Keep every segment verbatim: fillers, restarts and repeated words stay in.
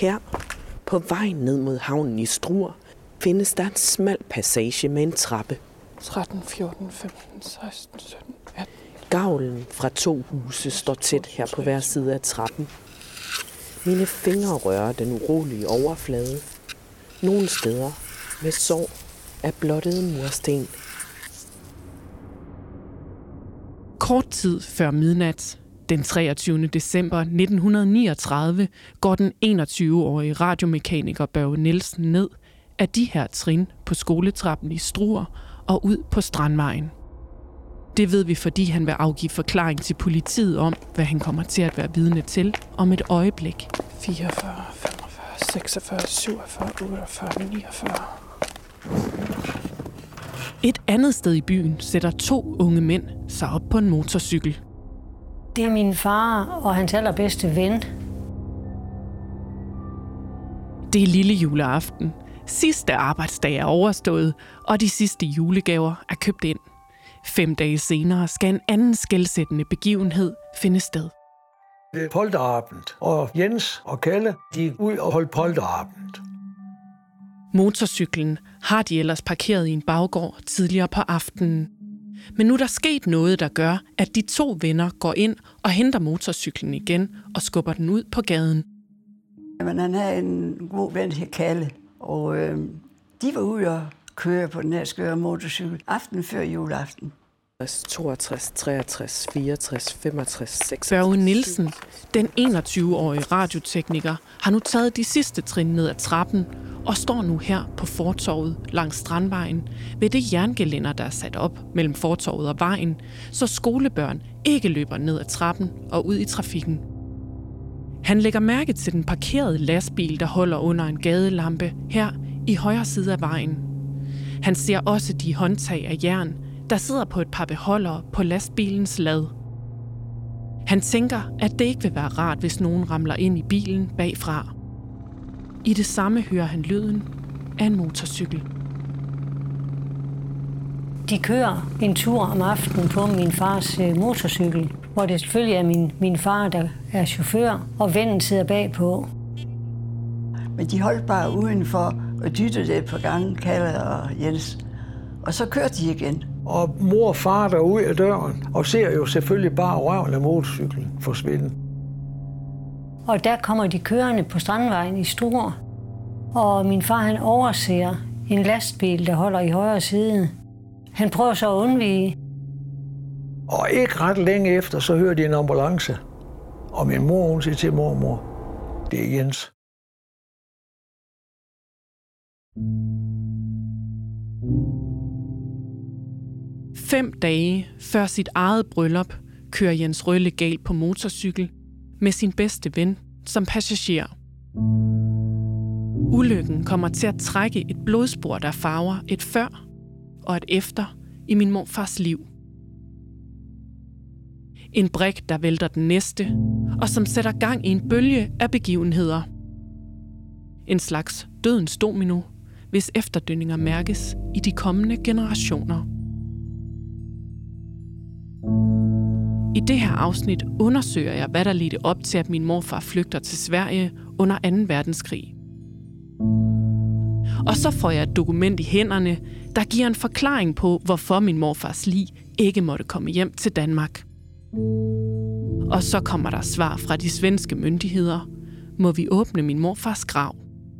Her, på vejen ned mod havnen i Struer, findes der en smal passage med en trappe. tretten, fjorten, femten, seksten, sytten, atten. Gavlen fra to huse står tæt her på hver side af trappen. Mine fingre rører den urolige overflade. Nogle steder med sår af blottede mursten. Kort tid før midnat, den treogtyvende december nitten niogtredive, går den enogtyve-årige radiomekaniker Børge Nielsen ned af de her trin på skoletrappen i Struer og ud på Strandvejen. Det ved vi, fordi han vil afgive forklaring til politiet om, hvad han kommer til at være vidne til om et øjeblik. fireogfyrre, femogfyrre, seksogfyrre, syvogfyrre, otteogfyrre, niogfyrre. Et andet sted i byen sætter to unge mænd sig op på en motorcykel. Det er min far og hans allerbedste ven. Det er lille juleaften. Sidste arbejdsdag er overstået, og de sidste julegaver er købt ind. Fem dage senere skal en anden skelsættende begivenhed finde sted. Det er polterabend, og Jens og Kalle, de er ud og holde polterabend. Motorcyklen har de ellers parkeret i en baggård tidligere på aftenen. Men nu er der sket noget, der gør, at de to venner går ind og henter motorcyklen igen og skubber den ud på gaden. Jamen, han havde en god ven til Kalle, og øh, de var ude og køre på den her skøre motorcykel aften før juleaften. toogtres, treogtres, fireogtres, femogtres, seksogtres... Børge Nielsen, den enogtyve-årige radiotekniker, har nu taget de sidste trin ned ad trappen og står nu her på fortovet langs Strandvejen ved det jerngelænder, der er sat op mellem fortovet og vejen, så skolebørn ikke løber ned ad trappen og ud i trafikken. Han lægger mærke til den parkerede lastbil, der holder under en gadelampe her i højre side af vejen. Han ser også de håndtag af jern, der sidder på et par beholdere på lastbilens lad. Han tænker, at det ikke vil være rart, hvis nogen ramler ind i bilen bagfra. I det samme hører han lyden af en motorcykel. De kører en tur om aftenen på min fars motorcykel, hvor det selvfølgelig er min, min far, der er chauffør, og vennen sidder bagpå. Men de holdt bare udenfor og dyttede det et par gange, Kalle og Jens. Og så kørte de igen. Og mor og far der ud af døren, og ser jo selvfølgelig bare røven af motorcyklen forsvinde. Og der kommer de kørende på Strandvejen i Struer. Og min far, han overser en lastbil, der holder i højre side. Han prøver så at undvige. Og ikke ret længe efter, så hører de en ambulance. Og min mor, hun siger til mormor, det er Jens. Fem dage før sit eget bryllup kører Jens Rølle galt på motorcykel med sin bedste ven som passager. Ulykken kommer til at trække et blodspor, der farver et før og et efter i min morfars liv. En brik, der vælter den næste, og som sætter gang i en bølge af begivenheder. En slags dødens domino, hvis efterdønninger mærkes i de kommende generationer. I det her afsnit undersøger jeg, hvad der ledte op til, at min morfar flygter til Sverige under anden verdenskrig. Og så får jeg et dokument i hænderne, der giver en forklaring på, hvorfor min morfars lig ikke måtte komme hjem til Danmark. Og så kommer der svar fra de svenske myndigheder. Må vi åbne min morfars grav?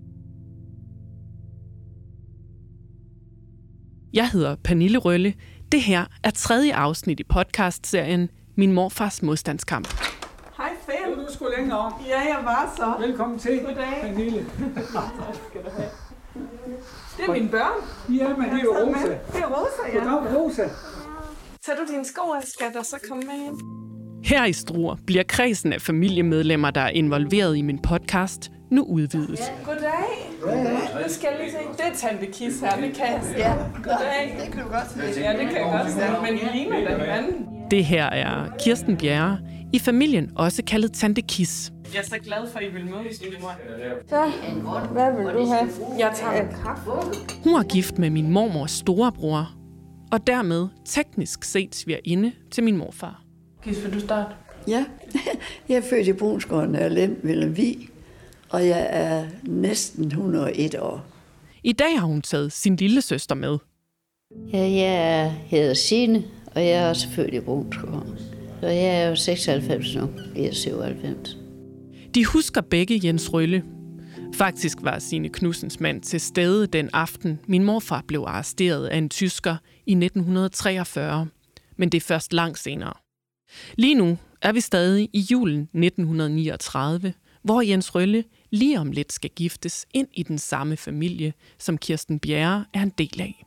Jeg hedder Pernille Rølle. Det her er tredje afsnit i podcastserien Min morfars modstandskamp. Hej Finn. Du skulle længere om. Ja, jeg var så. Velkommen til, Goddag. Pernille. Tak skal du have. Det er mine børn. Ja, men det er jo Rosa. Det er Rosa, ja. Goddag, Rosa. Tager du dine sko af, skal der så komme med ind? Her i Struer bliver kredsen af familiemedlemmer, der er involveret i min podcast, nu udvidet. Ja, goddag. Goddag. Nu skal jeg lige se. Det er Tante Kis her, det kan jeg se. Ja, goddag. Det kan du godt se. Ja, det kan jeg godt se. Men I ligner da hinanden. Det her er Kirsten Bjerre, i familien også kaldet Tante Kis. Jeg er så glad for, at I vil mødes, din mor. Så, hvad vil du have? Jeg tager en kaffe. Hun er gift med min mormors storebror, og dermed teknisk set svigerinde til min morfar. Kis, vil du starte? Ja, jeg er født i Brunsgården af Lem ved Lemvig, og jeg er næsten et hundrede og et år. I dag har hun taget sin lille søster med. Ja, jeg hedder Signe, og jeg er også født i Bruunskov. Så jeg er jo seksoghalvfems nu, jeg er syvoghalvfems. De husker begge Jens Rølle. Faktisk var Signe Knudsens mand til stede den aften, min morfar blev arresteret af en tysker i nitten treogfyrre. Men det er først langt senere. Lige nu er vi stadig i julen nitten niogtredive, hvor Jens Rølle lige om lidt skal giftes ind i den samme familie, som Kirsten Bjerre er en del af.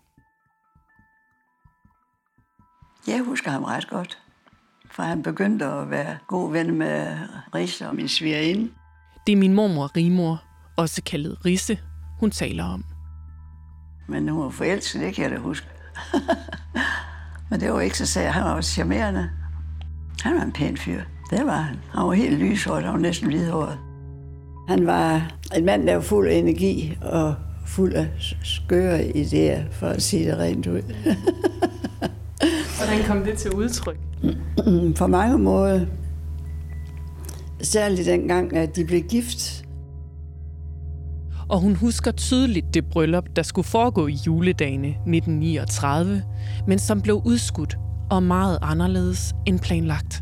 Jeg husker ham ret godt, for han begyndte at være god ven med Risse og min svigerinde. Det er min mormor Rigmor, også kaldet Risse, hun taler om. Men hun var forelsket, det kan jeg da huske. Men det var ikke så særligt. Han var også charmerende. Han var en pæn fyr. Det var han. Han var helt lyshåret, han var næsten hvidhåret. Han var en mand, der var fuld af energi og fuld af skøre idéer, for at sige det rent ud. Hvordan kom det til udtryk? På mange måder. Særligt dengang, at de blev gift. Og hun husker tydeligt det bryllup, der skulle foregå i juledagene nitten niogtredive, men som blev udskudt og meget anderledes end planlagt.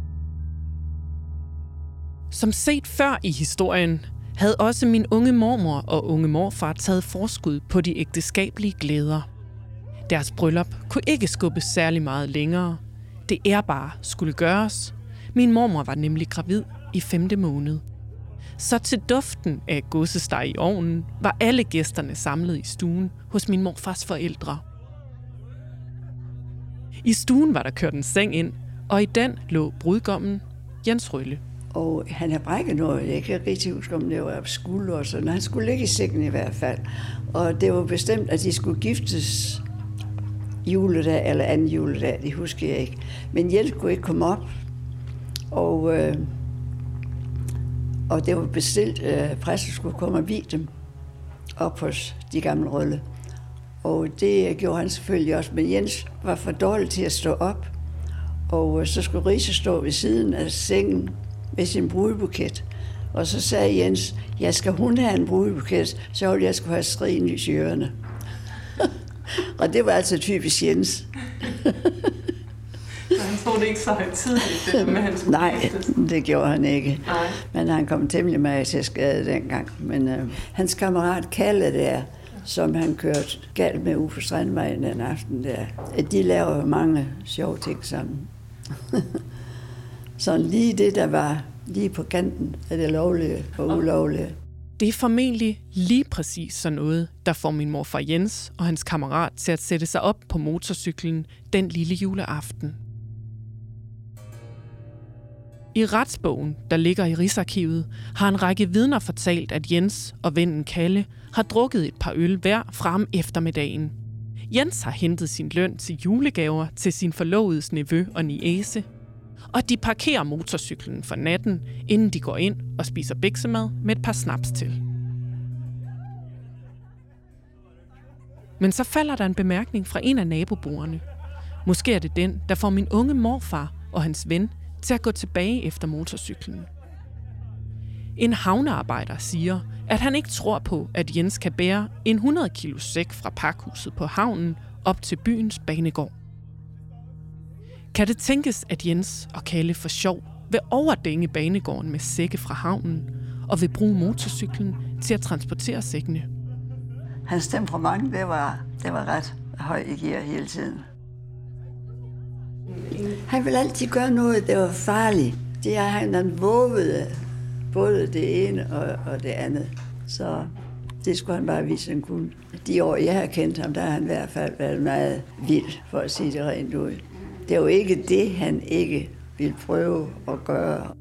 Som set før i historien, havde også min unge mormor og unge morfar taget forskud på de ægteskabelige glæder. Deres bryllup kunne ikke skubbes særlig meget længere. Det ærbare skulle gøres. Min mormor var nemlig gravid i femte måned. Så til duften af gåsesteg i ovnen var alle gæsterne samlet i stuen hos min morfars forældre. I stuen var der kørt en seng ind, og i den lå brudgommen Jens Rølle. Og han har brækket noget. Jeg kan ikke rigtig huske, om det var skulder og sådan. Han skulle ligge i sengen i hvert fald. Og det var bestemt, at de skulle giftes juledag eller anden juledag, det husker jeg ikke. Men Jens kunne ikke komme op. Og, øh, og det var bestilt, at øh, præsten skulle komme og vie dem op hos de gamle Rølle. Og det gjorde han selvfølgelig også. Men Jens var for dårlig til at stå op. Og øh, så skulle Risse stå ved siden af sengen med sin brudebuket. Og så sagde Jens, ja, skal hun have en brudebuket, så ville jeg skulle have skrigen i ørerne. Og det var altså typisk Jens. Han tog det ikke så højtideligt, det med hans Nej, det gjorde han ikke. Nej. Men han kom temmelig meget til skade dengang. Men øh, hans kammerat Kalle der, som han kørte galt med ude på Strandvejen den aften der, de laver mange sjove ting sammen. Så lige det, der var lige på kanten af det lovlige og ulovlige. Det er formentlig lige præcis sådan noget, der får min morfar Jens og hans kammerat til at sætte sig op på motorcyklen den lille juleaften. I retsbogen, der ligger i Rigsarkivet, har en række vidner fortalt, at Jens og vennen Kalle har drukket et par øl hver frem eftermiddagen. Jens har hentet sin løn til julegaver til sin forlovedes nevø og niece, og de parkerer motorcyklen for natten, inden de går ind og spiser biksemad med et par snaps til. Men så falder der en bemærkning fra en af naboboerne. Måske er det den, der får min unge morfar og hans ven til at gå tilbage efter motorcyklen. En havnearbejder siger, at han ikke tror på, at Jens kan bære en hundrede kilo sæk fra pakhuset på havnen op til byens banegård. Kan det tænkes, at Jens og Kalle for sjov vil overdænge banegården med sække fra havnen og vil bruge motorcyklen til at transportere sækkene? Hans temperament, det var, det var ret høj i gear hele tiden. Han ville altid gøre noget, der var farligt. Det er han, han vågede både det ene og, og det andet. Så det skulle han bare vise, han kunne. De år, jeg har kendt ham, der har han i hvert fald været meget vild, for at sige det rent ud. Det er jo ikke det, han ikke ville prøve at gøre.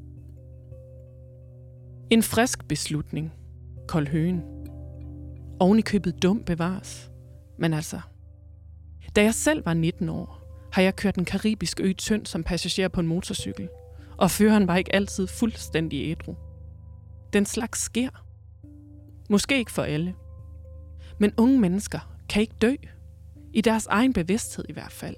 En frisk beslutning. Kold høen. Oven i købet dum bevares. Men altså, da jeg selv var nitten år, har jeg kørt en karibisk ø tynd som passager på en motorcykel, og føreren var ikke altid fuldstændig ædru. Den slags sker. Måske ikke for alle. Men unge mennesker kan ikke dø. I deres egen bevidsthed i hvert fald.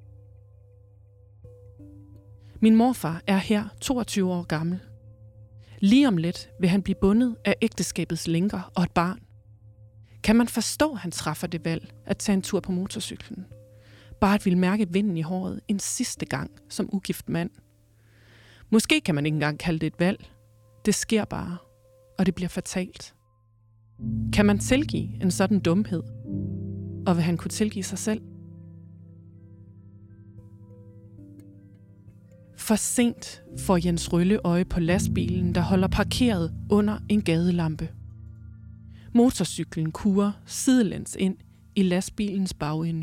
Min morfar er her toogtyve år gammel. Lige om lidt vil han blive bundet af ægteskabets lænker og et barn. Kan man forstå, at han træffer det valg at tage en tur på motorcyklen? Bare at ville mærke vinden i håret en sidste gang som ugift mand. Måske kan man ikke engang kalde det et valg. Det sker bare, og det bliver fatalt. Kan man tilgive en sådan dumhed? Og vil han kunne tilgive sig selv? For sent får Jens Rølle øje på lastbilen, der holder parkeret under en gadelampe. Motorcyklen kurer sidelæns ind i lastbilens bagende.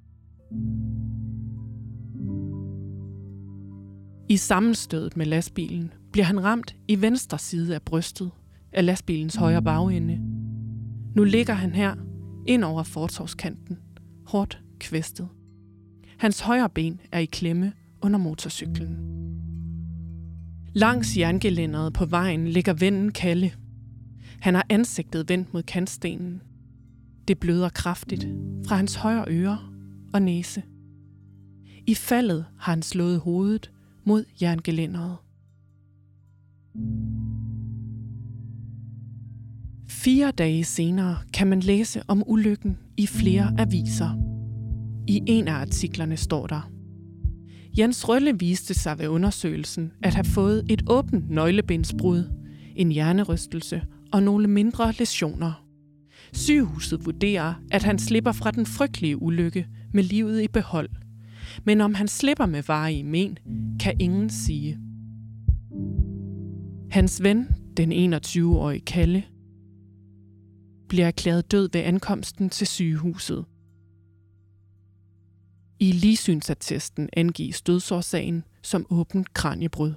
I sammenstødet med lastbilen bliver han ramt i venstre side af brystet af lastbilens højre bagende. Nu ligger han her ind over fortovskanten, hårdt kvæstet. Hans højre ben er i klemme under motorcyklen. Langs jerngelænderet på vejen ligger vennen Kalle. Han har ansigtet vendt mod kantstenen. Det bløder kraftigt fra hans højre øre og næse. I faldet har han slået hovedet mod jerngelænderet. Fire dage senere kan man læse om ulykken i flere aviser. I en af artiklerne står der: Jens Rølle viste sig ved undersøgelsen at have fået et åbent nøglebensbrud, en hjernerystelse og nogle mindre læsioner. Sygehuset vurderer, at han slipper fra den frygtelige ulykke med livet i behold. Men om han slipper med varige men, kan ingen sige. Hans ven, den enogtyve-årige Kalle, bliver erklæret død ved ankomsten til sygehuset. I ligsynsattesten angives dødsårsagen som åbent kraniebrud.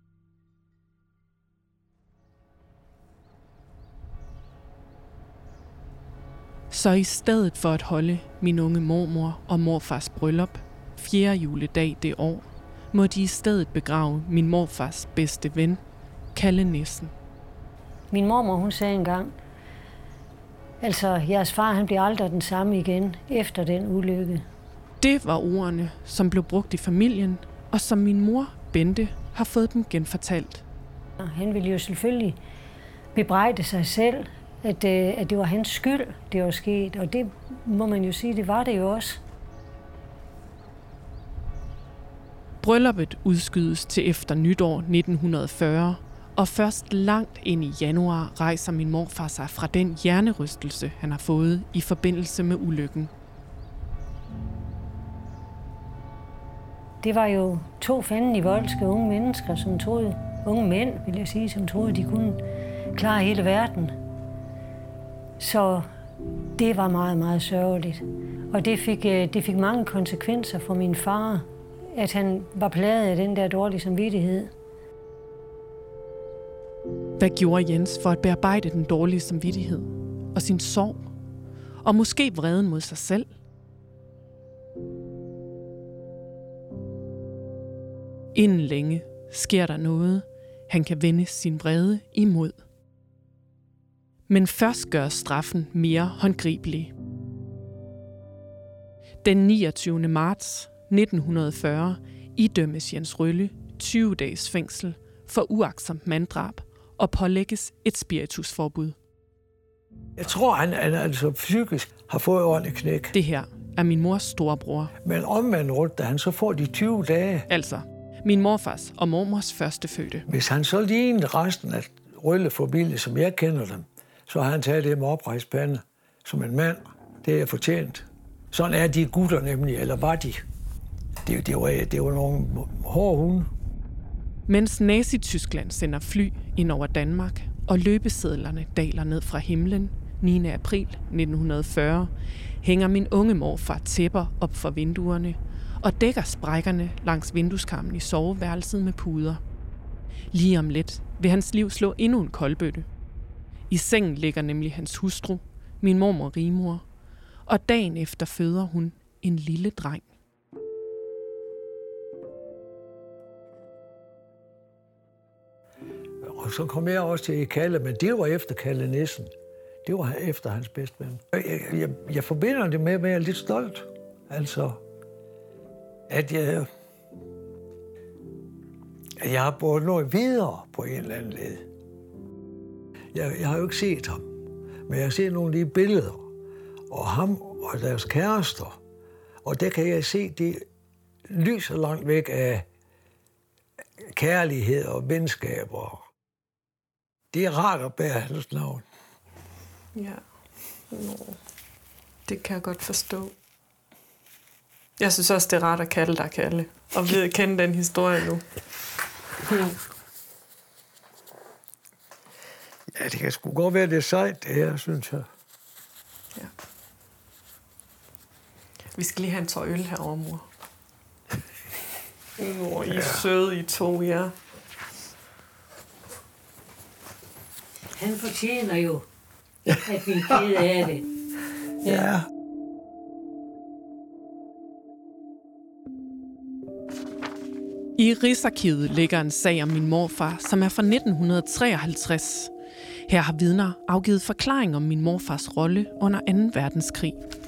Så i stedet for at holde min unge mormor og morfars bryllup fjerde juledag det år, må de i stedet begrave min morfars bedste ven, Kalle Nissen. Min mormor, hun sagde engang, altså jeres far, han bliver aldrig den samme igen efter den ulykke. Det var ordene, som blev brugt i familien, og som min mor, Bente, har fået dem genfortalt. Han ville jo selvfølgelig bebrejde sig selv, at, at det var hans skyld, det var sket. Og det må man jo sige, det var det jo også. Brylluppet udskydes til efter nytår nitten fyrre, og først langt ind i januar rejser min morfar sig fra den hjernerystelse, han har fået i forbindelse med ulykken. Det var jo to fanden i voldske unge mennesker, som troede, unge mænd, vil jeg sige, som troede, de kunne klare hele verden. Så det var meget, meget sørgeligt. Og det fik, det fik mange konsekvenser for min far, at han var plaget af den der dårlige samvittighed. Hvad gjorde Jens for at bearbejde den dårlige samvittighed og sin sorg? Og måske vreden mod sig selv? Inden længe sker der noget, han kan vende sin vrede imod. Men først gør straffen mere håndgribelig. Den niogtyvende marts nitten fyrre idømmes Jens Rølle tyve dages fængsel for uagtsomt manddrab og pålægges et spiritusforbud. Jeg tror, han, han altså psykisk har fået ordentligt knæk. Det her er min mors storebror. Men omvendt rundt, da han så får de tyve dage. Altså, min morfars og mormors førstefødte. Hvis han så lignede resten af Rølle-familien, som jeg kender dem, så har han taget det med oprejst pande som en mand. Det er fortjent. Sådan er de gutter nemlig, eller var de. Det, det, var, det var nogle hårde hunde. Mens Nazi-Tyskland sender fly ind over Danmark, og løbesedlerne daler ned fra himlen niende april nitten fyrre, hænger min unge morfar tæpper op for vinduerne og dækker sprækkerne langs vindueskarmen i soveværelset med puder. Lige om lidt vil hans liv slå endnu en koldbøtte. I sengen ligger nemlig hans hustru, min mormor Rigmor, og dagen efter føder hun en lille dreng. Og så kom jeg også til Kalle, men det var efter Kalle Nissen. Det var efter hans bedste ven. Jeg, jeg, jeg forbinder det med, at jeg er lidt stolt. Altså, at jeg, at jeg har båret noget videre på en eller anden led. Jeg, jeg har jo ikke set ham, men jeg har set nogle af de billeder, og ham og deres kærester, og der kan jeg se, det lyser langt væk af kærlighed og venskaber. Det er rart at bære hans navn. Ja, Nå. Det kan jeg godt forstå. Jeg synes også, det er rart at kalde dig Kalle, og ved at kende den historie nu. Ja, det kan sgu godt være, det er sejt, det her, synes jeg. Ja. Vi skal lige have en tår øl herovre, mor. Nå, I er ja. søde, I to, ja. Han fortjener jo, at vi er kede af det. Ja. ja. I Rigsarkivet ligger en sag om min morfar, som er fra nitten treoghalvtreds. Her har vidner afgivet forklaring om min morfars rolle under anden verdenskrig.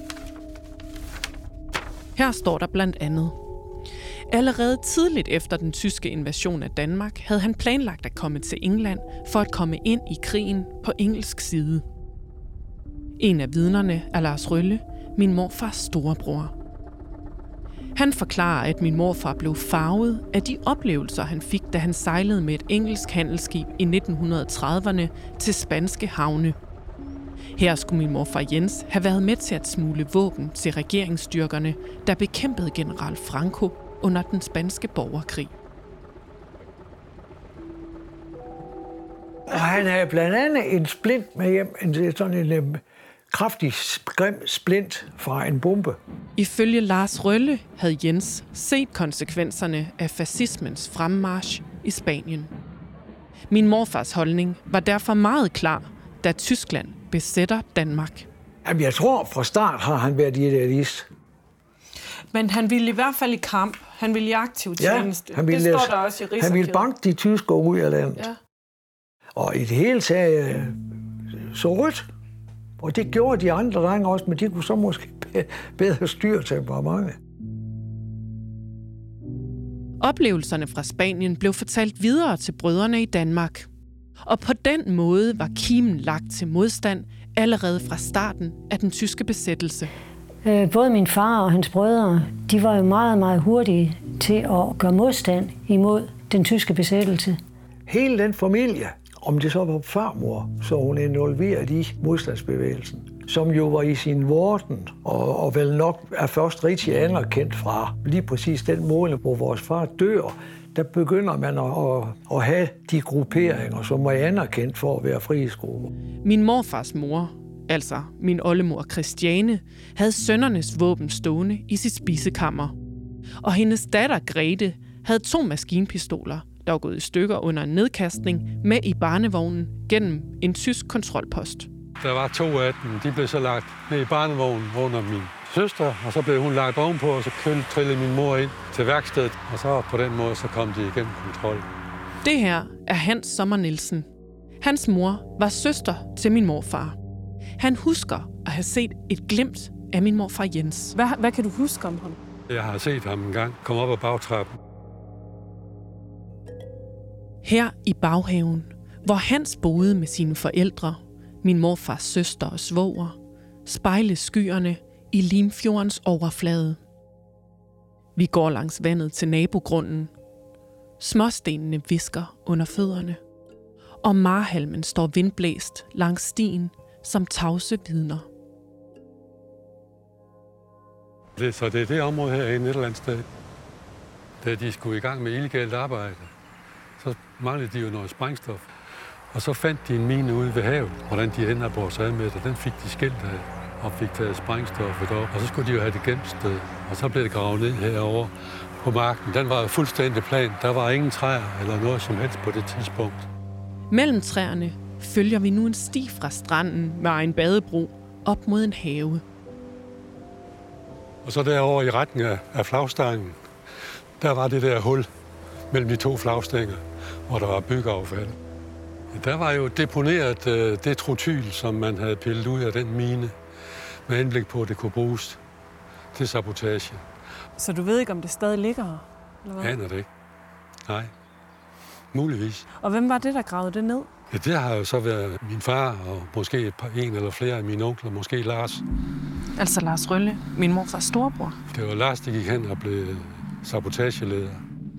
Her står der blandt andet: allerede tidligt efter den tyske invasion af Danmark havde han planlagt at komme til England for at komme ind i krigen på engelsk side. En af vidnerne er Lars Rølle, min morfars storebror. Han forklarer, at min morfar blev farvet af de oplevelser, han fik, da han sejlede med et engelsk handelsskib i nitten trediverne til spanske havne. Her skulle min morfar Jens have været med til at smugle våben til regeringsstyrkerne, der bekæmpede general Franco under den spanske borgerkrig. Og han havde blandt andet en splint med hjem, en, sådan en um, kraftig, grim splint fra en bombe. Ifølge Lars Rølle havde Jens set konsekvenserne af fascismens fremmarch i Spanien. Min morfars holdning var derfor meget klar, da Tyskland besætter Danmark. Jamen, jeg tror, fra start har han været idealist. Men han ville i hvert fald i kamp. Han ville i aktiv tjeneste. Ja, han ville, det står der også i Rigsarkivet. Han ville banke de tyskere ud af landet. Ja. Og i det hele taget så rødt. Og det gjorde de andre drenge også, men de kunne så måske bedre styre temperamentet. Oplevelserne fra Spanien blev fortalt videre til brødrene i Danmark. Og på den måde var kimen lagt til modstand allerede fra starten af den tyske besættelse. Både min far og hans brødre, de var jo meget, meget hurtige til at gøre modstand imod den tyske besættelse. Hele den familie, om det så var farmor, så hun involveret i modstandsbevægelsen, som jo var i sin vorden, og, og vel nok er først rigtig anerkendt fra lige præcis den måned, hvor vores far dør. Der begynder man at, at have de grupperinger, som var anerkendt for at være frihedsgrupper. Min morfars mor, altså min oldemor Christiane, havde sønnernes våben stående i sit spisekammer. Og hendes datter Grete havde to maskinpistoler, der var gået i stykker under en nedkastning, med i barnevognen gennem en tysk kontrolpost. Der var to af dem. De blev så lagt ned i barnevognen under min søster, og så blev hun lagt ovenpå, og så trillede min mor ind til værkstedet, og så på den måde så kom de igennem kontrol. Det her er Hans Sommer Nielsen. Hans mor var søster til min morfar. Han husker at have set et glimt af min morfar Jens. Hvad, hvad kan du huske om ham? Jeg har set ham en gang komme op ad bagtrappen. Her i baghaven, hvor Hans boede med sine forældre, min morfars søster og svoger, spejles skyerne i Limfjordens overflade. Vi går langs vandet til nabogrunden. Småstenene visker under fødderne. Og marhalmen står vindblæst langs stien som tavse vidner. Det, så det er det område herinde et eller andet sted. Da de skulle i gang med illegalt arbejde, så manglede de jo noget sprængstof. Og så fandt de en mine ude ved havet, hvordan de ender på os med det. Den fik de skilt af og fik taget sprængstoffet op. Og så skulle de jo have det gemt sted. Og så blev det gravet ned herovre på marken. Den var fuldstændig plan. Der var ingen træer eller noget som helst på det tidspunkt. Mellem træerne følger vi nu en sti fra stranden med en badebro op mod en have. Og så derovre i retning af, af flagstangen, der var det der hul mellem de to flagstænger, hvor der var byggeaffald. Der var jo deponeret øh, det trotyl, som man havde pillet ud af den mine, med henblik på, at det kunne bruges til sabotage. Så du ved ikke, om det stadig ligger her? Aner det ikke. Nej. Muligvis. Og hvem var det, der gravede det ned? Ja, det har jo så været min far, og måske et par, en eller flere af mine onkler, måske Lars. Altså Lars Rølle, min morfars storebror. Det var Lars, der gik hen og blev sabotageleder.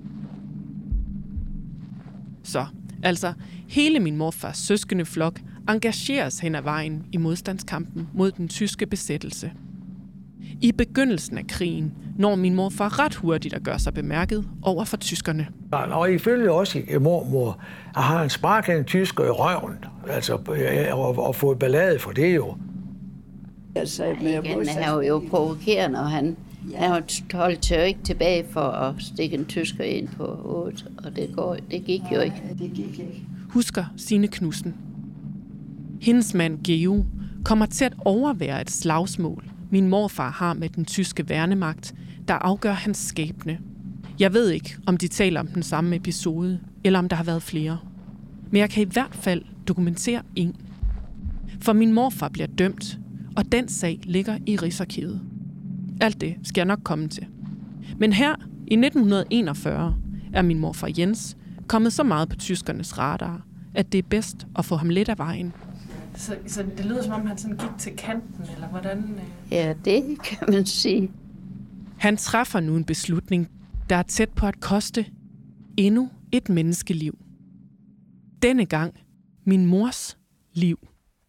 Så, altså, hele min morfars søskende flok engageres hen ad vejen i modstandskampen mod den tyske besættelse. I begyndelsen af krigen når min morfar ret hurtigt at gøre sig bemærket over for tyskerne. Og ifølge også i mormor, at har han sparket en tysker i røven, altså, og, og fået ballade for det jo. Altså, igen, han var jo provokerende, og han, ja. han holdt jo ikke tilbage for at stikke en tysker ind på otte, og det, går, det gik jo ikke. Det gik ikke. Husker Signe Knudsen. Hendes mand Geo kommer til at overvære et slagsmål, min morfar har med den tyske værnemagt, der afgør hans skæbne. Jeg ved ikke, om de taler om den samme episode, eller om der har været flere. Men jeg kan i hvert fald dokumentere en. For min morfar bliver dømt, og den sag ligger i Rigsarkivet. Alt det skal jeg nok komme til. Men her i nitten enogfyrre er min morfar Jens kommet så meget på tyskernes radar, at det er bedst at få ham lidt af vejen. Så, så det lyder som om, han sådan gik til kanten, eller hvordan? Øh... Ja, det kan man sige. Han træffer nu en beslutning, der er tæt på at koste endnu et menneskeliv. Denne gang min mors liv.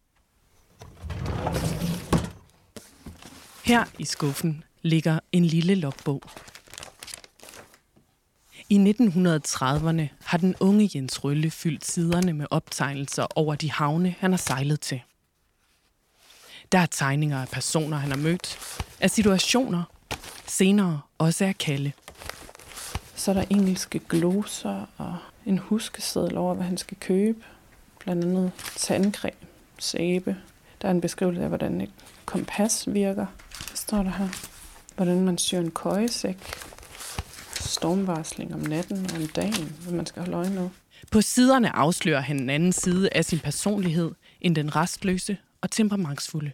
Her i skuffen ligger en lille logbog. I nitten trediverne har den unge Jens Rølle fyldt siderne med optegnelser over de havne, han har sejlet til. Der er tegninger af personer, han har mødt, af situationer, senere også af Kalle. Så er der engelske gloser og en huskeseddel over, hvad han skal købe. Blandt andet tandcreme, sæbe. Der er en beskrivelse af, hvordan et kompas virker. Hvad står der her? Hvordan man syr en køjesæk. Stormvarsling om natten og om dagen, hvad man skal holde øje med. På siderne afslører han en anden side af sin personlighed end den restløse og temperamentsfulde.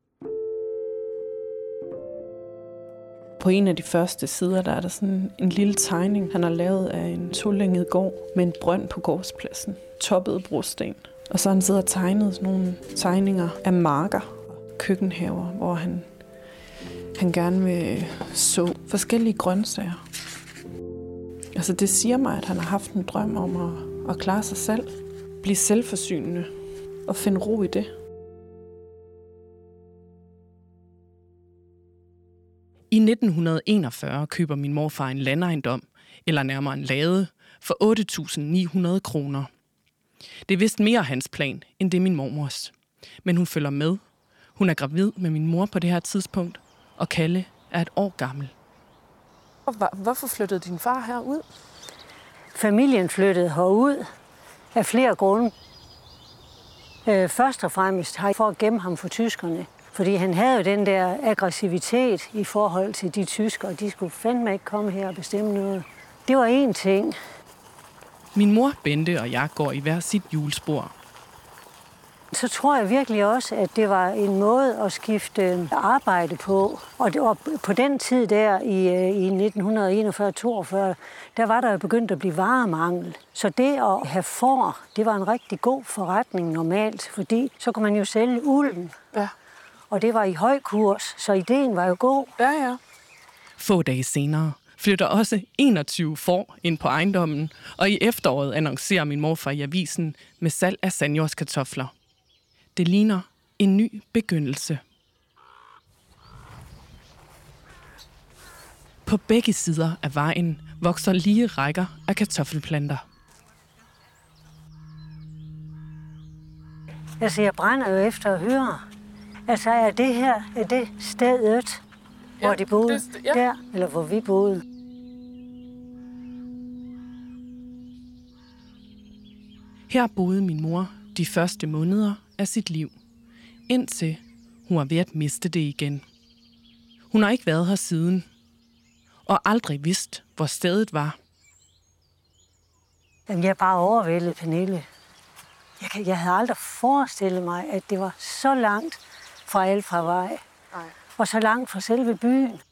På en af de første sider, der er der sådan en lille tegning, han har lavet af en tolænget gård med en brønd på gårdspladsen. Toppet brosten. Og så har han siddet og tegnet sådan nogle tegninger af marker og køkkenhaver, hvor han, han gerne vil så forskellige grøntsager. Altså det siger mig, at han har haft en drøm om at, at klare sig selv, blive selvforsynende og finde ro i det. I nitten enogfyrre køber min morfar en landejendom, eller nærmere en lade, for otte tusind ni hundrede kroner. Det er vist mere hans plan, end det er min mormors. Men hun følger med. Hun er gravid med min mor på det her tidspunkt, og Kalle er et år gammel. Hvorfor flyttede din far herud? Familien flyttede herud af flere grunde. Først og fremmest har jeg for at gemme ham for tyskerne. Fordi han havde jo den der aggressivitet i forhold til de tyskere. De skulle fandme ikke komme her og bestemme noget. Det var én ting. Min mor, Bente og jeg går i hver sit hjulspor. Så tror jeg virkelig også, at det var en måde at skifte arbejde på. Og det var på den tid der i, i nitten enogfyrre til toogfyrre, der var der jo begyndt at blive varemangel. Så det at have får, det var en rigtig god forretning normalt, fordi så kunne man jo sælge ulden. Ja. Og det var i høj kurs, så ideen var jo god. Ja, ja. Få dage senere flytter også enogtyve får ind på ejendommen, og i efteråret annoncerer min morfar i avisen med salg af sandjordskartofler. Det ligner en ny begyndelse. På begge sider af vejen vokser lige rækker af kartoffelplanter. Altså, jeg brænder jo efter at høre. Altså, er det her, er det stedet, ja, hvor de boede? Det, ja. Der, eller hvor vi boede? Her boede min mor de første måneder af sit liv, indtil hun var ved at miste det igen. Hun har ikke været her siden, og aldrig vidst, hvor stedet var. Jamen, jeg er bare overvældet, Pernille. Jeg, kan, jeg havde aldrig forestillet mig, at det var så langt fra Alfravej, og så langt fra selve byen.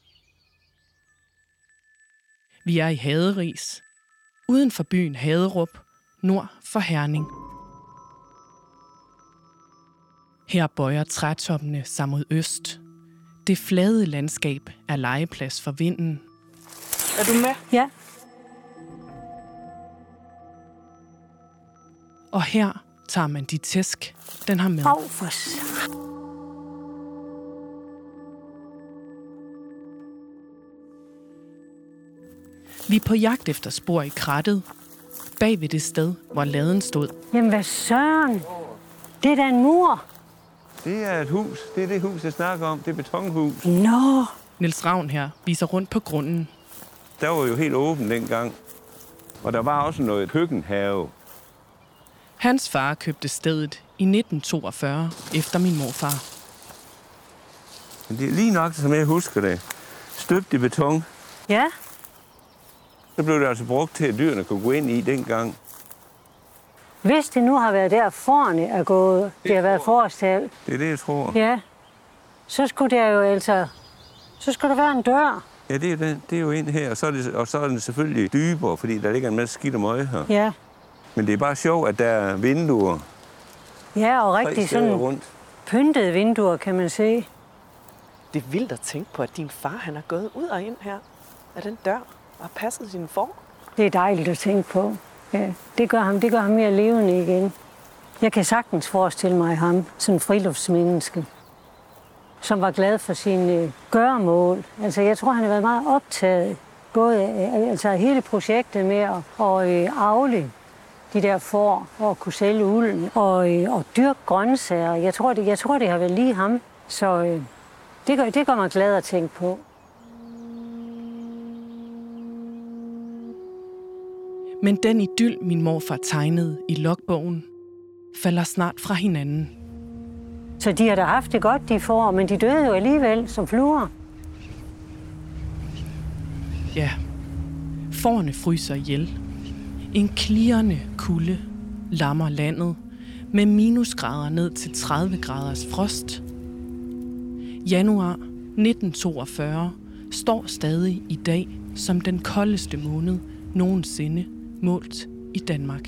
Vi er i Haderis, uden for byen Haderup, nord for Herning. Her bøjer trætoppene sig mod øst. Det flade landskab er legeplads for vinden. Er du med? Ja. Og her tager man de tæsk, den har med. Au, for Vi er på jagt efter spor i krattet, bag ved det sted, hvor laden stod. Jamen, hvad søren? Det er da en mur. Det er et hus. Det er det hus, jeg snakker om. Det er betonhus. Nå. Niels Ravn her viser rundt på grunden. Der var jo helt åben dengang. Og der var også noget køkkenhave. Hans far købte stedet i nitten toogfyrre efter min morfar. Men det er lige nok, som jeg husker det. Støbt i beton. Ja. Så blev det altså brugt til, at dyrene kunne gå ind i dengang. Hvis det nu har været der forne er gået, det har været forårstal. Det er det, jeg tror. Ja. Så skulle der jo altså... Så skulle der være en dør. Ja, det er, det. Det er jo ind her, og så er, det, og så er den selvfølgelig dybere, fordi der ligger en masse skidt og møg her. Ja. Men det er bare sjovt, at der er vinduer. Ja, og rigtig sådan rundt. Pyntede vinduer, kan man se. Det er vildt at tænke på, at din far han er gået ud og ind her af den dør og har passet sine får. Det er dejligt at tænke på. Ja, det gør ham, det gør ham mere levende igen. Jeg kan sagtens forestille mig ham som en friluftsmenneske, som var glad for sine gøremål. Altså, jeg tror, han har været meget optaget, både altså hele projektet med at, at øh, avle de der får, og at kunne sælge ulden, og, øh, og dyrke grøntsager. Jeg tror, det, jeg tror, det har været lige ham, så øh, det, gør, det gør mig glad at tænke på. Men den idyl, min morfar tegnede i logbogen, falder snart fra hinanden. Så de har da haft det godt, de får, men de døde jo alligevel som fluer. Ja, fårene fryser ihjel. En klirrende kulde lammer landet med minusgrader ned til tredive graders frost. Januar nitten toogfyrre står stadig i dag som den koldeste måned nogensinde målt i Danmark.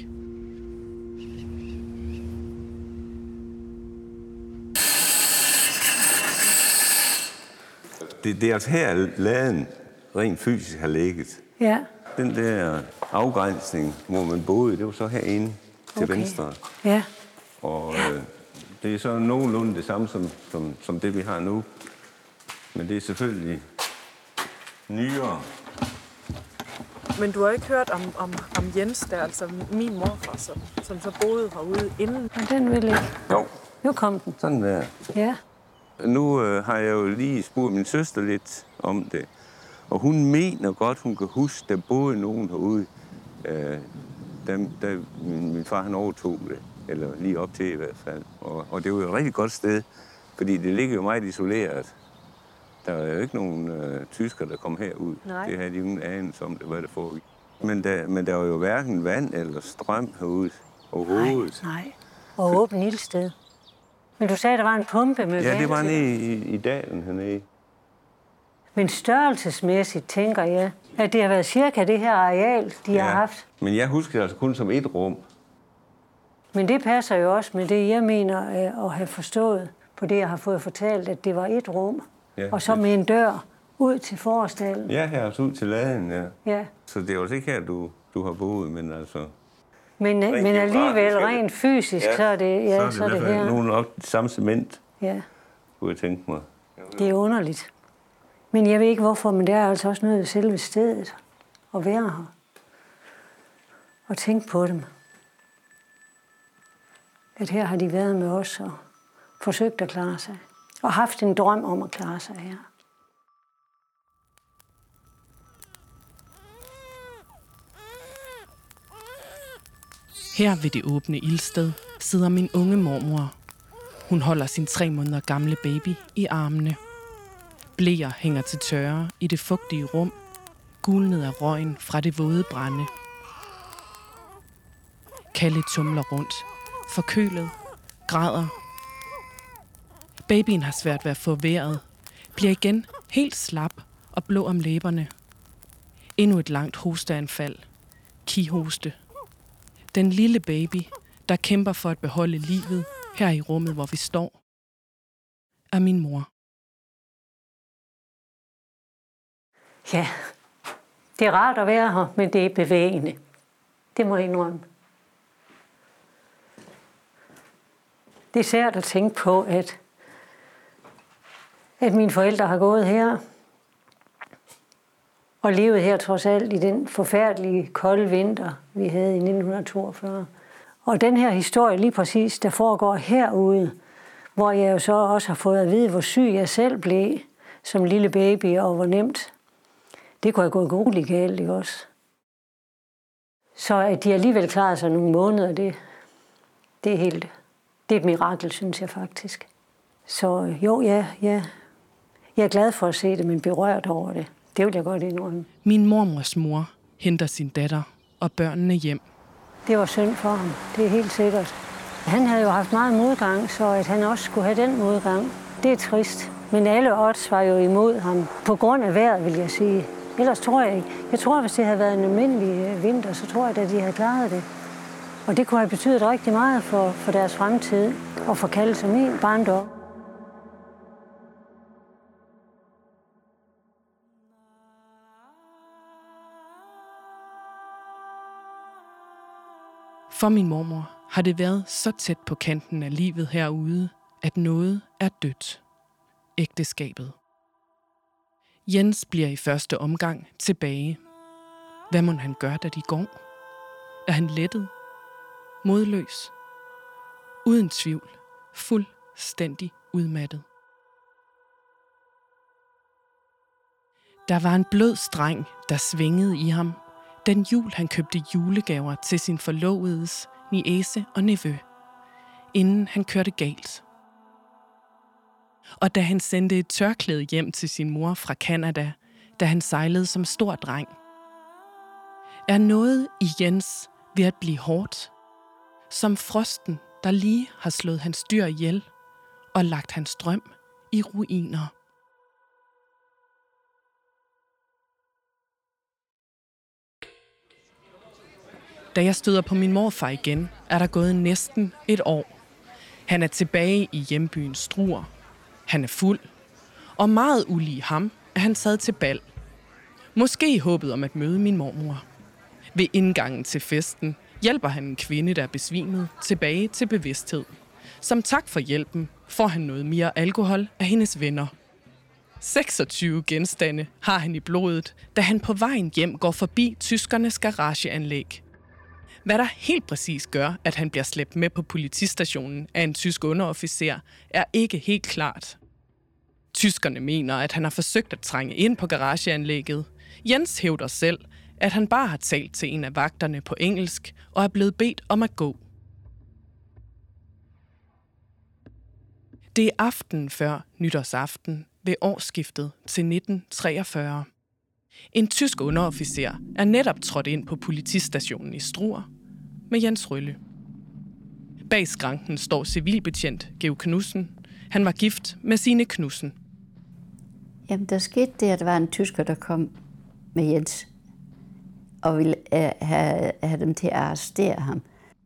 Det, det er altså her, laden rent fysisk har ligget. Ja. Den der afgrænsning, hvor man boede, det var så herinde til okay. venstre. Ja. Og øh, det er så nogenlunde det samme som, som, som det, vi har nu. Men det er selvfølgelig nyere. Men du har ikke hørt om, om, om Jens der, altså min morfar, som, som så boede herude inden? Men den ville ikke. Jo. Nu kom den. Sådan der. Ja. Nu øh, har jeg jo lige spurgt min søster lidt om det. Og hun mener godt, hun kan huske, der boede nogen herude, øh, da, da min, min far han overtog det. Eller lige op til i hvert fald. Og, og det var jo et rigtig godt sted, fordi det ligger jo meget isoleret. Der er jo ikke nogen øh, tyskere, der kom herud. Nej. Det havde de ingen anelse om, det, hvad der foregik. Men der, men der var jo hverken vand eller strøm herude overhovedet. Nej, nej. Og åbent ildsted. Men du sagde, der var en pumpe med vand. Ja, det var nede i, i dalen hernede. Men størrelsesmæssigt tænker jeg, at det har været cirka det her areal, de ja, har haft. Men jeg husker det altså kun som et rum. Men det passer jo også med det, jeg mener at have forstået på det, jeg har fået fortalt, at det var et rum. Ja, og så med en dør ud til forestallen. Ja, her altså ud til laden, ja. Ja. Så det er også ikke her, du, du har boet, men altså... Men, men alligevel rent fysisk, ja, så er det, ja, så er det, så er det her. Nogen nok det samme cement, ja, kunne jeg tænke mig. Det er underligt. Men jeg ved ikke hvorfor, men det er altså også noget af selve stedet at være her. Og tænke på dem. At her har de været med os og forsøgt at klare sig. Og haft en drøm om at klare sig her. Her ved det åbne ildsted sidder min unge mormor. Hun holder sin tre måneder gamle baby i armene. Bleer hænger til tørre i det fugtige rum, gulnet af røgen fra det våde brænde. Kalle tumler rundt, forkølet, græder. Babyen har svært ved at få vejret, bliver igen helt slap og blå om læberne. Endnu et langt hosteanfald. Kihoste. Den lille baby, der kæmper for at beholde livet her i rummet, hvor vi står. af min mor. Ja, det er rart at være her, men det er bevægende. Det må jeg indrømme. Det er sært at tænke på, at, at mine forældre har gået her og levet her trods alt i den forfærdelige kolde vinter, vi havde i nitten toogfyrre. Og den her historie lige præcis, der foregår herude, hvor jeg jo så også har fået at vide, hvor syg jeg selv blev som lille baby, og hvor nemt det kunne have gået grueligt galt, ikke også? Så at de alligevel klarede sig nogle måneder, det, det er helt, det er et mirakel, synes jeg faktisk. Så jo, ja, ja, jeg er glad for at se det, men berørt over det. Det vil jeg godt indrømme. Min mormors mor henter sin datter og børnene hjem. Det var synd for ham, det er helt sikkert. Han havde jo haft meget modgang, så at han også skulle have den modgang, det er trist. Men alle odds var jo imod ham, på grund af vejret, vil jeg sige. Ellers tror jeg ikke. Jeg tror, hvis det havde været en almindelig vinter, så tror jeg, at de havde klaret det. Og det kunne have betydet rigtig meget for, for deres fremtid, og for Kalles og min barndom. For min mormor har det været så tæt på kanten af livet herude, at noget er dødt. Ægteskabet. Jens bliver i første omgang tilbage. Hvad må han gøre, da de går? Er han lettet? Modløs? Uden tvivl. Fuldstændig udmattet. Der var en blød streng, der svingede i ham, den jul han købte julegaver til sin forlovedes, niece og nevø, inden han kørte galt. Og da han sendte et tørklæde hjem til sin mor fra Canada, da han sejlede som stor dreng. Er noget i Jens ved at blive hårdt, som frosten, der lige har slået hans dyr ihjel og lagt hans drøm i ruiner. Da jeg støder på min morfar igen, er der gået næsten et år. Han er tilbage i hjembyen Struer. Han er fuld, og meget ulig ham er han sad til bal. Måske i håbet om at møde min mormor. Ved indgangen til festen hjælper han en kvinde, der er besvimet, tilbage til bevidsthed. Som tak for hjælpen får han noget mere alkohol af hendes venner. seksogtyve genstande har han i blodet, da han på vejen hjem går forbi tyskernes garageanlæg. Hvad der helt præcis gør, at han bliver slæbt med på politistationen af en tysk underofficer, er ikke helt klart. Tyskerne mener, at han har forsøgt at trænge ind på garageanlægget. Jens hævder selv, at han bare har talt til en af vagterne på engelsk og er blevet bedt om at gå. Det er aften før nytårsaften ved årsskiftet til nitten treogfyrre. En tysk underofficer er netop trådt ind på politistationen i Struer med Jens Rølle. Bag skranken står civilbetjent Georg Knudsen. Han var gift med Signe Knudsen. Jamen, der skete det, at der var en tysker, der kom med Jens og ville uh, have, have dem til at arrestere ham.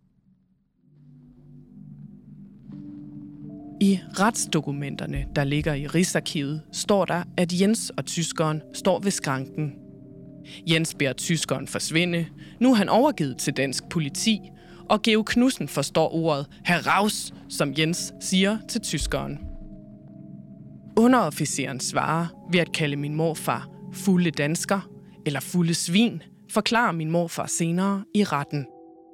I retsdokumenterne, der ligger i Rigsarkivet, står der, at Jens og tyskeren står ved skranken. Jens beder tyskeren forsvinde. Nu er han overgivet til dansk politi, og Georg Knudsen forstår ordet heraus, som Jens siger til tyskeren. Underofficeren svarer ved at kalde min morfar fulde dansker eller fulde svin, forklarer min morfar senere i retten.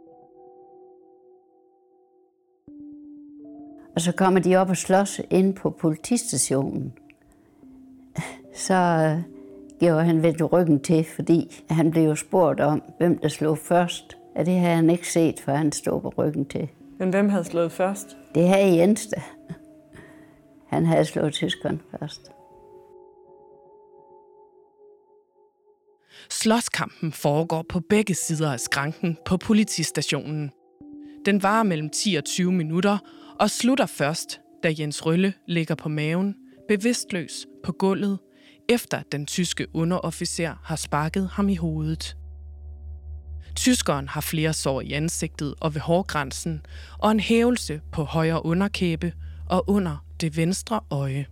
Og så kommer de op og slås ind på politistationen. Så øh, gjorde han vendt ryggen til, fordi han blev jo spurgt om, hvem der slog først. Og det havde han ikke set, for han stod på ryggen til. Men hvem havde slået først? Det havde Jens da. Han havde slået tyskeren først. Slåskampen foregår på begge sider af skranken på politistationen. Den varer mellem ti og tyve minutter og slutter først, da Jens Rølle ligger på maven, bevidstløs på gulvet, efter at den tyske underofficer har sparket ham i hovedet. Tyskeren har flere sår i ansigtet og ved hårgrænsen, og en hævelse på højre underkæbe og under det venstre øje.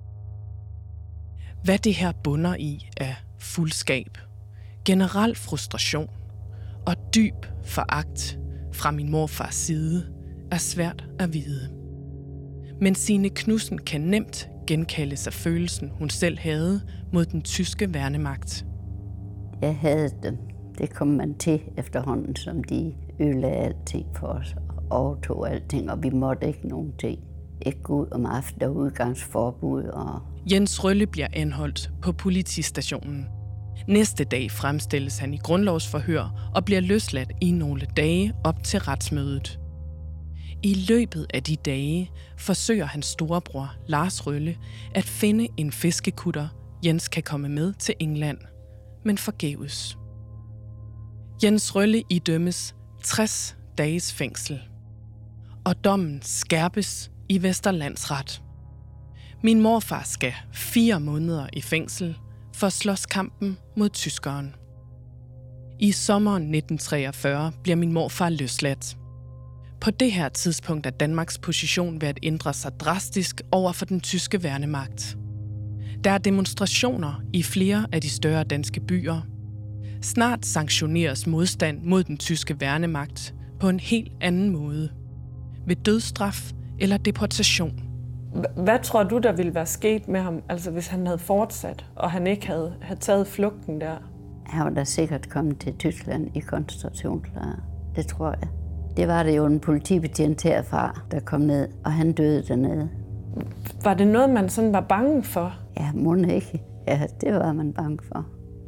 Hvad det her bunder i er fuldskab, generel frustration og dyb foragt fra min morfars side er svært at vide. Men Signe Knudsen kan nemt genkalde sig følelsen, hun selv havde mod den tyske værnemagt. Jeg havde dem. Det kom man til efterhånden, som de ødelagde alting for os og overtog alting, og vi måtte ikke nogen ting. Ikke gå ud om aftenen, der var udgangsforbud. Og... Jens Rølle bliver anholdt på politistationen. Næste dag fremstilles han i grundlovsforhør og bliver løsladt i nogle dage op til retsmødet. I løbet af de dage forsøger hans storebror Lars Rølle at finde en fiskekutter, Jens kan komme med til England, men forgæves. Jens Rølle idømmes tres dages fængsel, og dommen skærpes i Vesterlandsret. Min morfar skal fire måneder i fængsel for slåskampen mod tyskeren. I sommeren nitten treogfyrre bliver min morfar løsladt. På det her tidspunkt er Danmarks position ved at ændre sig drastisk over for den tyske værnemagt. Der er demonstrationer i flere af de større danske byer. Snart sanktioneres modstand mod den tyske værnemagt på en helt anden måde. Ved dødsstraf eller deportation. Hvad tror du, der ville være sket med ham, altså hvis han havde fortsat, og han ikke havde, havde taget flugten der? Han var da sikkert kommet til Tyskland i koncentrationslejre. Det tror jeg. Det var det jo en politibetjent herfra, der kom ned, og han døde dernede. Var det noget, man sådan var bange for? Ja, må ikke. Ja, det var man bange for.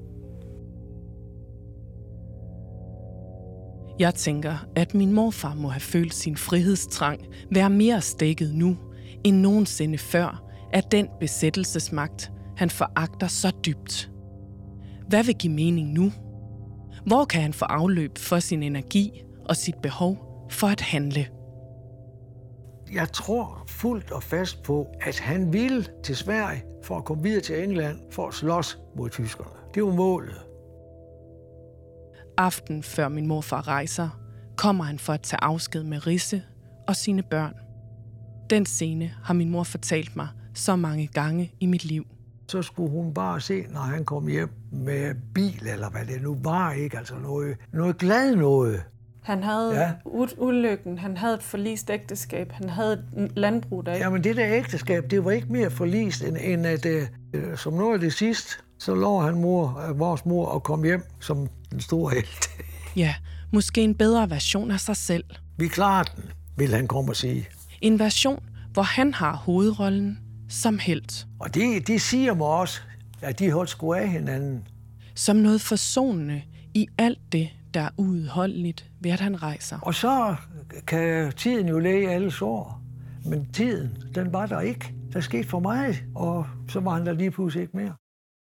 Jeg tænker, at min morfar må have følt sin frihedstrang være mere stækket nu, end nogensinde før, af den besættelsesmagt, han foragter så dybt. Hvad vil give mening nu? Hvor kan han få afløb for sin energi og sit behov for at handle? Jeg tror fuldt og fast på, at han ville til Sverige for at komme videre til England for at slås mod tyskerne. Det var målet. Aften før min morfar rejser, kommer han for at tage afsked med Risse og sine børn. Den scene har min mor fortalt mig så mange gange i mit liv. Så skulle hun bare se, når han kom hjem med bil, eller hvad det nu var, ikke? Altså noget, noget glad noget. Han havde ja. ulykken, han havde et forlist ægteskab, han havde et landbrug der. Jamen det der ægteskab, det var ikke mere forlist, end, end at øh, som noget af det sidste, så lå han mor, øh, vores mor og kom hjem som den store helt. Ja, måske en bedre version af sig selv. Vi klarer den, vil han komme og sige. En version, hvor han har hovedrollen som helt. Og det, det siger mig også, at de holdt sgu af hinanden. Som noget forsonende i alt det, der er uudholdeligt ved, at han rejser. Og så kan tiden jo læge alle sår. Men tiden, den var der ikke. Der skete for mig, og så var han der lige pludselig ikke mere.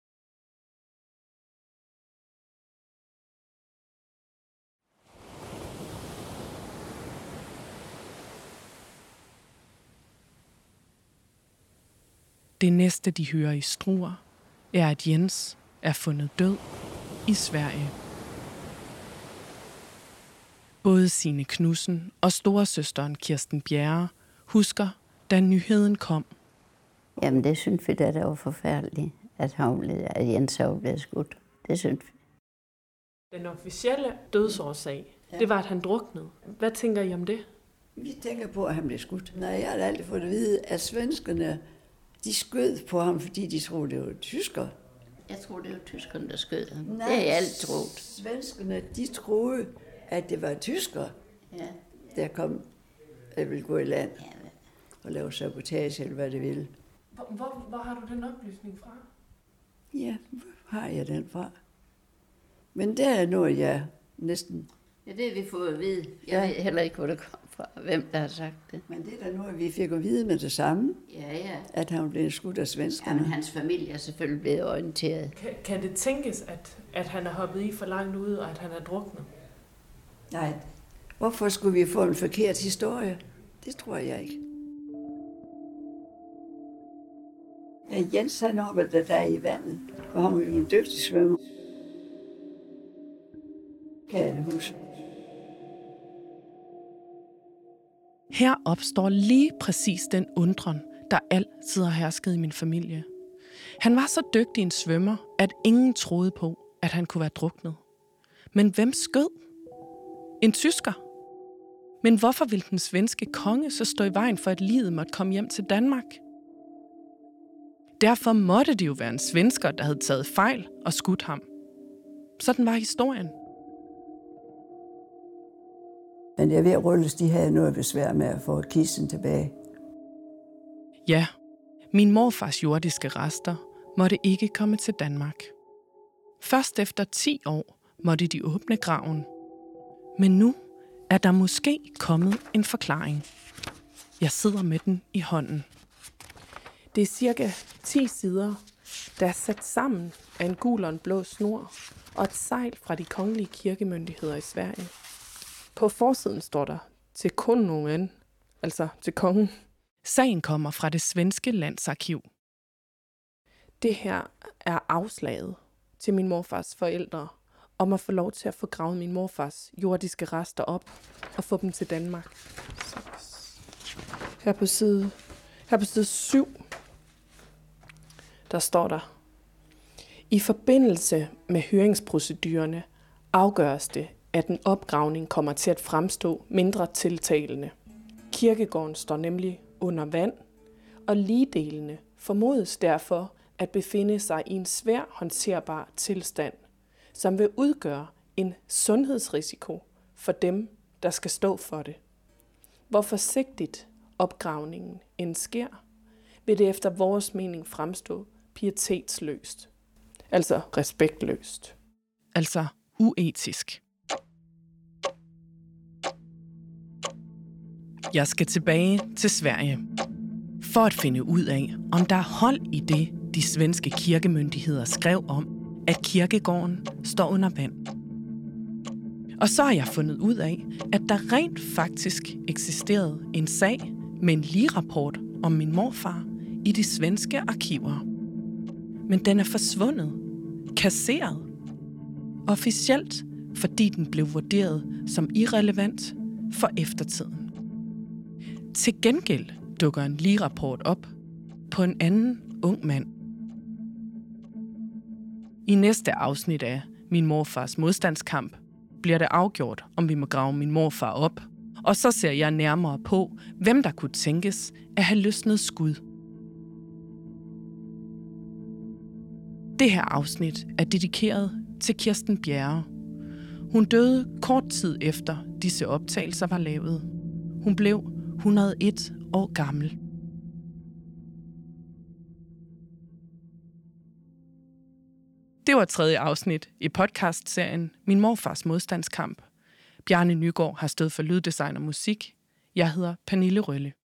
Det næste, de hører i Struer, er, at Jens er fundet død i Sverige. Både Signe Knudsen og storesøsteren Kirsten Bjerre husker, da nyheden kom. Jamen, det synes vi da, det var forfærdeligt, at, at Jens var blevet skudt. Det synes vi. Den officielle dødsårsag, ja. Det var, at han druknede. Hvad tænker I om det? Vi tænker på, at han blev skudt. Nej, jeg har aldrig fået at vide, at svenskerne de skød på ham, fordi de troede, det var tysker. Jeg troede, det var tyskerne, der skød ham. Nej, det har jeg altid troet. Svenskerne, de troede, at det var tysker, ja. Der kom, der ville gå i land ja. Og lave sabotage, eller hvad det ville. Hvor, hvor, hvor har du den oplysning fra? Ja, hvor har jeg den fra? Men det er noget, jeg næsten... Ja, det har vi fået at vide. Jeg ved heller ikke, hvor det kom fra, hvem der har sagt det. Men det er da noget, vi fik at vide med det samme. Ja, ja. At han blev skudt af svenskerne. Ja, men hans familie er selvfølgelig blevet orienteret. Kan, kan det tænkes, at, at han er hoppet i for langt ud, og at han er druknet? Nej. Hvorfor skulle vi få en forkert historie? Det tror jeg ikke. Ja, Jens han hoppede der, der i vandet, og han var jo en dygtig svømmer. Kan jeg huske. Her opstår lige præcis den undren, der altid har hersket i min familie. Han var så dygtig en svømmer, at ingen troede på, at han kunne være druknet. Men hvem skød? En tysker? Men hvorfor ville den svenske konge så stå i vejen for, at livet måtte komme hjem til Danmark? Derfor måtte det jo være en svensker, der havde taget fejl og skudt ham. Sådan var historien. Men jeg ved, at Rølles, de havde noget besvær med at få kisten tilbage. Ja, min morfars jordiske rester måtte ikke komme til Danmark. Først efter ti år måtte de åbne graven. Men nu er der måske kommet en forklaring. Jeg sidder med den i hånden. Det er cirka ti sider, der er sat sammen af en gul og en blå snor og et sejl fra de kongelige kirkemyndigheder i Sverige. På forsiden står der til kun nogen, altså til kongen. Sagen kommer fra det svenske landsarkiv. Det her er afslaget til min morfars forældre om at få lov til at få gravet min morfars jordiske rester op og få dem til Danmark. Her på side, her på side syv, der står der: I forbindelse med høringsprocedurerne afgøres det, at en opgravning kommer til at fremstå mindre tiltalende. Kirkegården står nemlig under vand, og ligdelene formodes derfor at befinde sig i en svær håndterbar tilstand, som vil udgøre en sundhedsrisiko for dem, der skal stå for det. Hvor forsigtigt opgravningen end sker, vil det efter vores mening fremstå pietetsløst, altså respektløst. Altså uetisk. Jeg skal tilbage til Sverige for at finde ud af, om der er hold i det, de svenske kirkemyndigheder skrev om, at kirkegården står under vand. Og så har jeg fundet ud af, at der rent faktisk eksisterede en sag med en ligrapport om min morfar i de svenske arkiver. Men den er forsvundet, kasseret, officielt, fordi den blev vurderet som irrelevant for eftertiden. Til gengæld dukker en ligrapport op på en anden ung mand. I næste afsnit af Min morfars modstandskamp bliver det afgjort, om vi må grave min morfar op, og så ser jeg nærmere på, hvem der kunne tænkes at have løsnet skud. Det her afsnit er dedikeret til Kirsten Bjerre. Hun døde kort tid efter disse optagelser var lavet. Hun blev et hundrede og et år gammel. Det var tredje afsnit i podcastserien Min morfars modstandskamp. Bjarne Nygaard har stået for lyddesign og musik. Jeg hedder Pernille Rølle.